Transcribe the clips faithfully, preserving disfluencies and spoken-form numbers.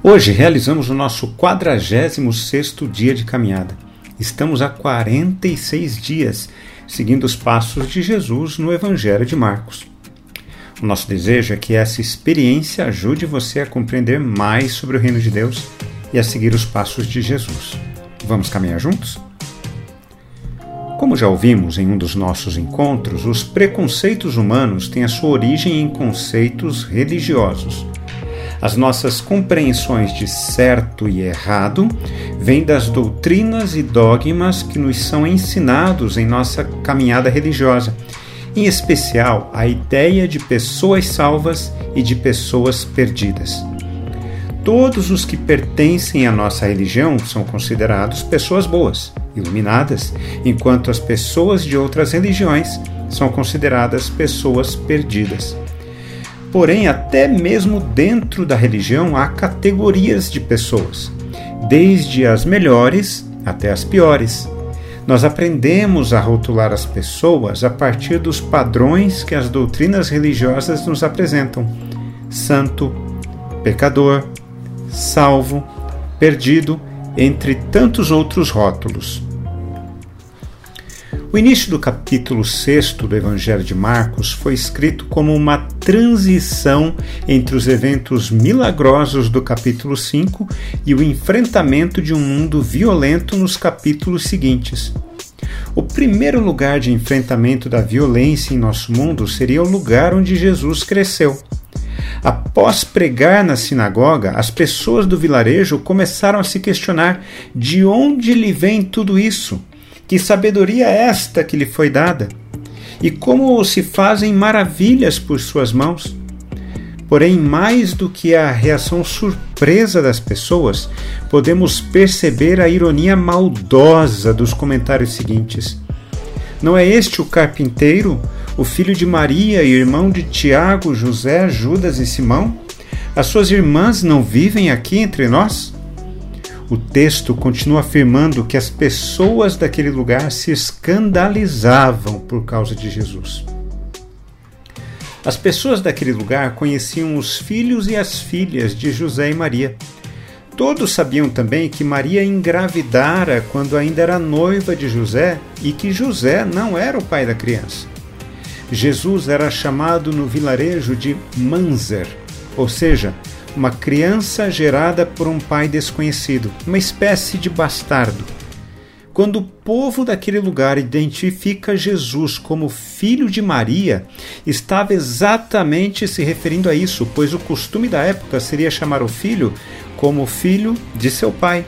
Hoje realizamos o nosso quadragésimo sexto dia de caminhada. Estamos há quarenta e seis dias seguindo os passos de Jesus no Evangelho de Marcos. O nosso desejo é que essa experiência ajude você a compreender mais sobre o Reino de Deus e a seguir os passos de Jesus. Vamos caminhar juntos? Como já ouvimos em um dos nossos encontros, os preconceitos humanos têm a sua origem em conceitos religiosos. As nossas compreensões de certo e errado vêm das doutrinas e dogmas que nos são ensinados em nossa caminhada religiosa, em especial a ideia de pessoas salvas e de pessoas perdidas. Todos os que pertencem à nossa religião são considerados pessoas boas, iluminadas, enquanto as pessoas de outras religiões são consideradas pessoas perdidas. Porém, até mesmo dentro da religião há categorias de pessoas, desde as melhores até as piores. Nós aprendemos a rotular as pessoas a partir dos padrões que as doutrinas religiosas nos apresentam: santo, pecador, salvo, perdido, entre tantos outros rótulos. O início do capítulo sexto do Evangelho de Marcos foi escrito como uma transição entre os eventos milagrosos do capítulo cinco e o enfrentamento de um mundo violento nos capítulos seguintes. O primeiro lugar de enfrentamento da violência em nosso mundo seria o lugar onde Jesus cresceu. Após pregar na sinagoga, as pessoas do vilarejo começaram a se questionar de onde lhe vem tudo isso. Que sabedoria é esta que lhe foi dada? E como se fazem maravilhas por suas mãos? Porém, mais do que a reação surpresa das pessoas, podemos perceber a ironia maldosa dos comentários seguintes. Não é este o carpinteiro, o filho de Maria e irmão de Tiago, José, Judas e Simão? As suas irmãs não vivem aqui entre nós? O texto continua afirmando que as pessoas daquele lugar se escandalizavam por causa de Jesus. As pessoas daquele lugar conheciam os filhos e as filhas de José e Maria. Todos sabiam também que Maria engravidara quando ainda era noiva de José e que José não era o pai da criança. Jesus era chamado no vilarejo de Manzer, ou seja, uma criança gerada por um pai desconhecido, uma espécie de bastardo. Quando o povo daquele lugar identifica Jesus como filho de Maria, estava exatamente se referindo a isso, pois o costume da época seria chamar o filho como filho de seu pai.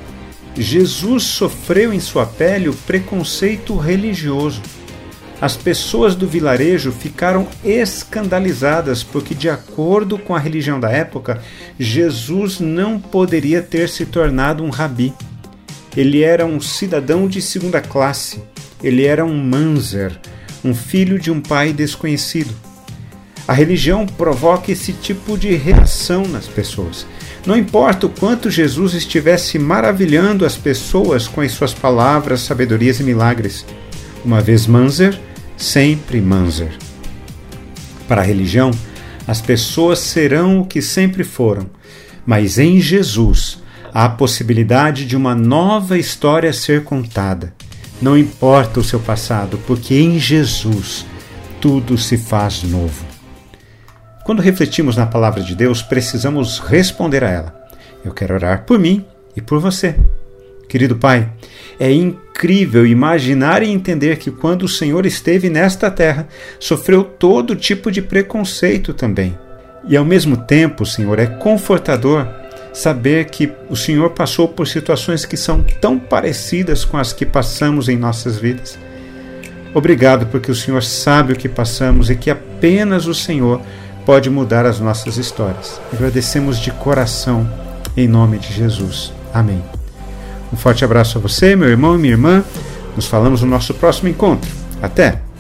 Jesus sofreu em sua pele o preconceito religioso. As pessoas do vilarejo ficaram escandalizadas porque, de acordo com a religião da época, Jesus não poderia ter se tornado um rabi. Ele era um cidadão de segunda classe. Ele era um manzer, um filho de um pai desconhecido. A religião provoca esse tipo de reação nas pessoas. Não importa o quanto Jesus estivesse maravilhando as pessoas com as suas palavras, sabedorias e milagres. Uma vez manzer, sempre manzer. Para a religião, as pessoas serão o que sempre foram, mas em Jesus há a possibilidade de uma nova história ser contada. Não importa o seu passado, porque em Jesus tudo se faz novo. Quando refletimos na palavra de Deus, precisamos responder a ela. Eu quero orar por mim e por você. Querido Pai, é incrível imaginar e entender que quando o Senhor esteve nesta terra, sofreu todo tipo de preconceito também. E ao mesmo tempo, Senhor, é confortador saber que o Senhor passou por situações que são tão parecidas com as que passamos em nossas vidas. Obrigado porque o Senhor sabe o que passamos e que apenas o Senhor pode mudar as nossas histórias. Agradecemos de coração, em nome de Jesus. Amém. Um forte abraço a você, meu irmão e minha irmã. Nos falamos no nosso próximo encontro. Até!